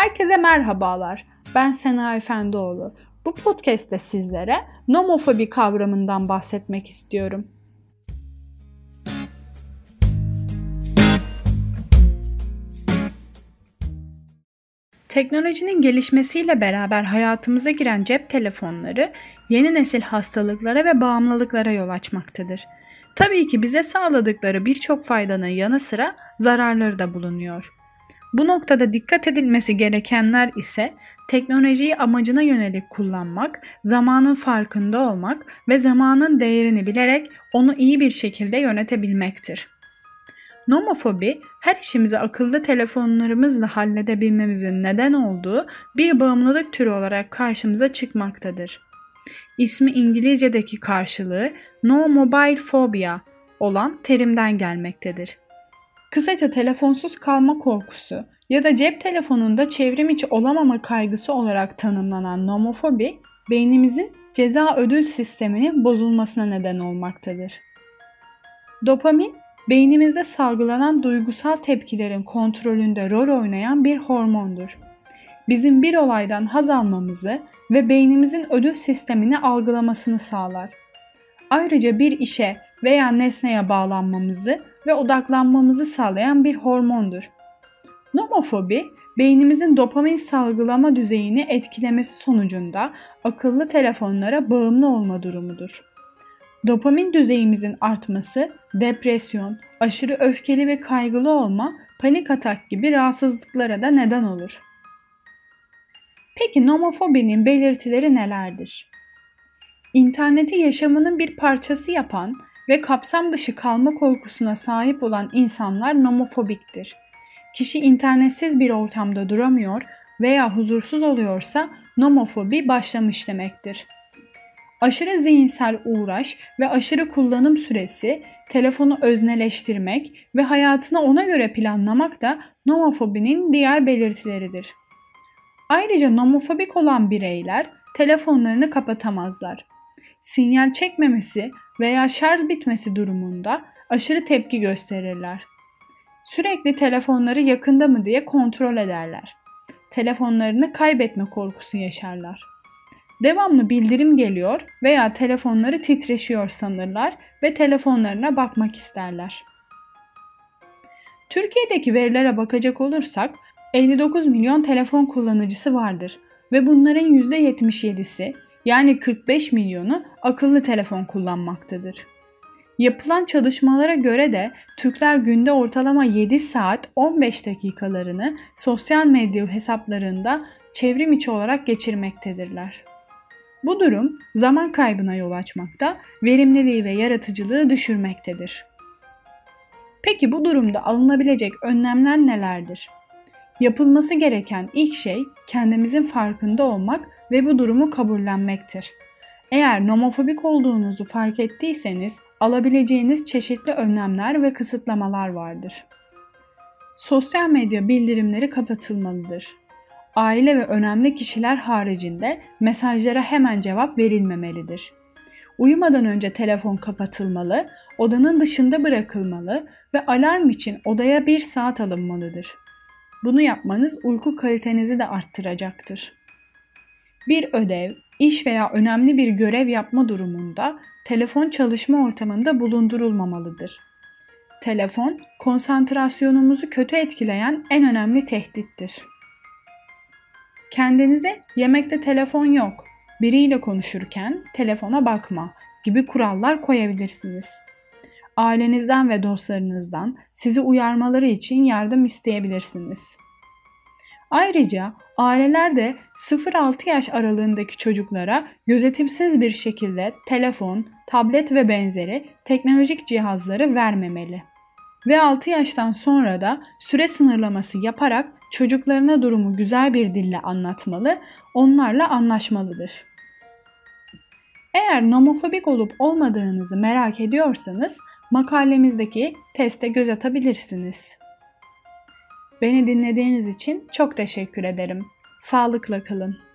Herkese merhabalar. Ben Sena Efendioğlu. Bu podcast'te sizlere nomofobi kavramından bahsetmek istiyorum. Teknolojinin gelişmesiyle beraber hayatımıza giren cep telefonları yeni nesil hastalıklara ve bağımlılıklara yol açmaktadır. Tabii ki bize sağladıkları birçok faydanın yanı sıra zararları da bulunuyor. Bu noktada dikkat edilmesi gerekenler ise teknolojiyi amacına yönelik kullanmak, zamanın farkında olmak ve zamanın değerini bilerek onu iyi bir şekilde yönetebilmektir. Nomofobi, her işimizi akıllı telefonlarımızla halledebilmemizin neden olduğu bir bağımlılık türü olarak karşımıza çıkmaktadır. İsmi İngilizce'deki karşılığı no mobile phobia olan terimden gelmektedir. Kısaca telefonsuz kalma korkusu ya da cep telefonunda çevrim içi olamama kaygısı olarak tanımlanan nomofobi, beynimizin ceza ödül sisteminin bozulmasına neden olmaktadır. Dopamin, beynimizde salgılanan duygusal tepkilerin kontrolünde rol oynayan bir hormondur. Bizim bir olaydan haz almamızı ve beynimizin ödül sistemini algılamasını sağlar. Ayrıca bir işe veya nesneye bağlanmamızı ve odaklanmamızı sağlayan bir hormondur. Nomofobi, beynimizin dopamin salgılama düzeyini etkilemesi sonucunda akıllı telefonlara bağımlı olma durumudur. Dopamin düzeyimizin artması, depresyon, aşırı öfkeli ve kaygılı olma, panik atak gibi rahatsızlıklara da neden olur. Peki nomofobinin belirtileri nelerdir? İnterneti yaşamının bir parçası yapan ve kapsam dışı kalma korkusuna sahip olan insanlar nomofobiktir. Kişi internetsiz bir ortamda duramıyor veya huzursuz oluyorsa nomofobi başlamış demektir. Aşırı zihinsel uğraş ve aşırı kullanım süresi, telefonu özneleştirmek ve hayatını ona göre planlamak da nomofobinin diğer belirtileridir. Ayrıca nomofobik olan bireyler telefonlarını kapatamazlar. Sinyal çekmemesi veya şarj bitmesi durumunda aşırı tepki gösterirler. Sürekli telefonları yakında mı diye kontrol ederler. Telefonlarını kaybetme korkusu yaşarlar. Devamlı bildirim geliyor veya telefonları titreşiyor sanırlar ve telefonlarına bakmak isterler. Türkiye'deki verilere bakacak olursak 59 milyon telefon kullanıcısı vardır ve bunların %77'si yani 45 milyonu akıllı telefon kullanmaktadır. Yapılan çalışmalara göre de Türkler günde ortalama 7 saat 15 dakikalarını sosyal medya hesaplarında çevrim içi olarak geçirmektedirler. Bu durum zaman kaybına yol açmakta, verimliliği ve yaratıcılığı düşürmektedir. Peki bu durumda alınabilecek önlemler nelerdir? Yapılması gereken ilk şey kendimizin farkında olmak ve bu durumu kabullenmektir. Eğer nomofobik olduğunuzu fark ettiyseniz alabileceğiniz çeşitli önlemler ve kısıtlamalar vardır. Sosyal medya bildirimleri kapatılmalıdır. Aile ve önemli kişiler haricinde mesajlara hemen cevap verilmemelidir. Uyumadan önce telefon kapatılmalı, odanın dışında bırakılmalı ve alarm için odaya 1 saat alınmalıdır. Bunu yapmanız uyku kalitenizi de arttıracaktır. Bir ödev, iş veya önemli bir görev yapma durumunda telefon çalışma ortamında bulundurulmamalıdır. Telefon, konsantrasyonumuzu kötü etkileyen en önemli tehdittir. Kendinize yemekte telefon yok, biriyle konuşurken telefona bakma gibi kurallar koyabilirsiniz. Ailenizden ve dostlarınızdan sizi uyarmaları için yardım isteyebilirsiniz. Ayrıca aileler de 0-6 yaş aralığındaki çocuklara gözetimsiz bir şekilde telefon, tablet ve benzeri teknolojik cihazları vermemeli. Ve 6 yaştan sonra da süre sınırlaması yaparak çocuklarına durumu güzel bir dille anlatmalı, onlarla anlaşmalıdır. Eğer nomofobik olup olmadığınızı merak ediyorsanız makalemizdeki teste göz atabilirsiniz. Beni dinlediğiniz için çok teşekkür ederim. Sağlıkla kalın.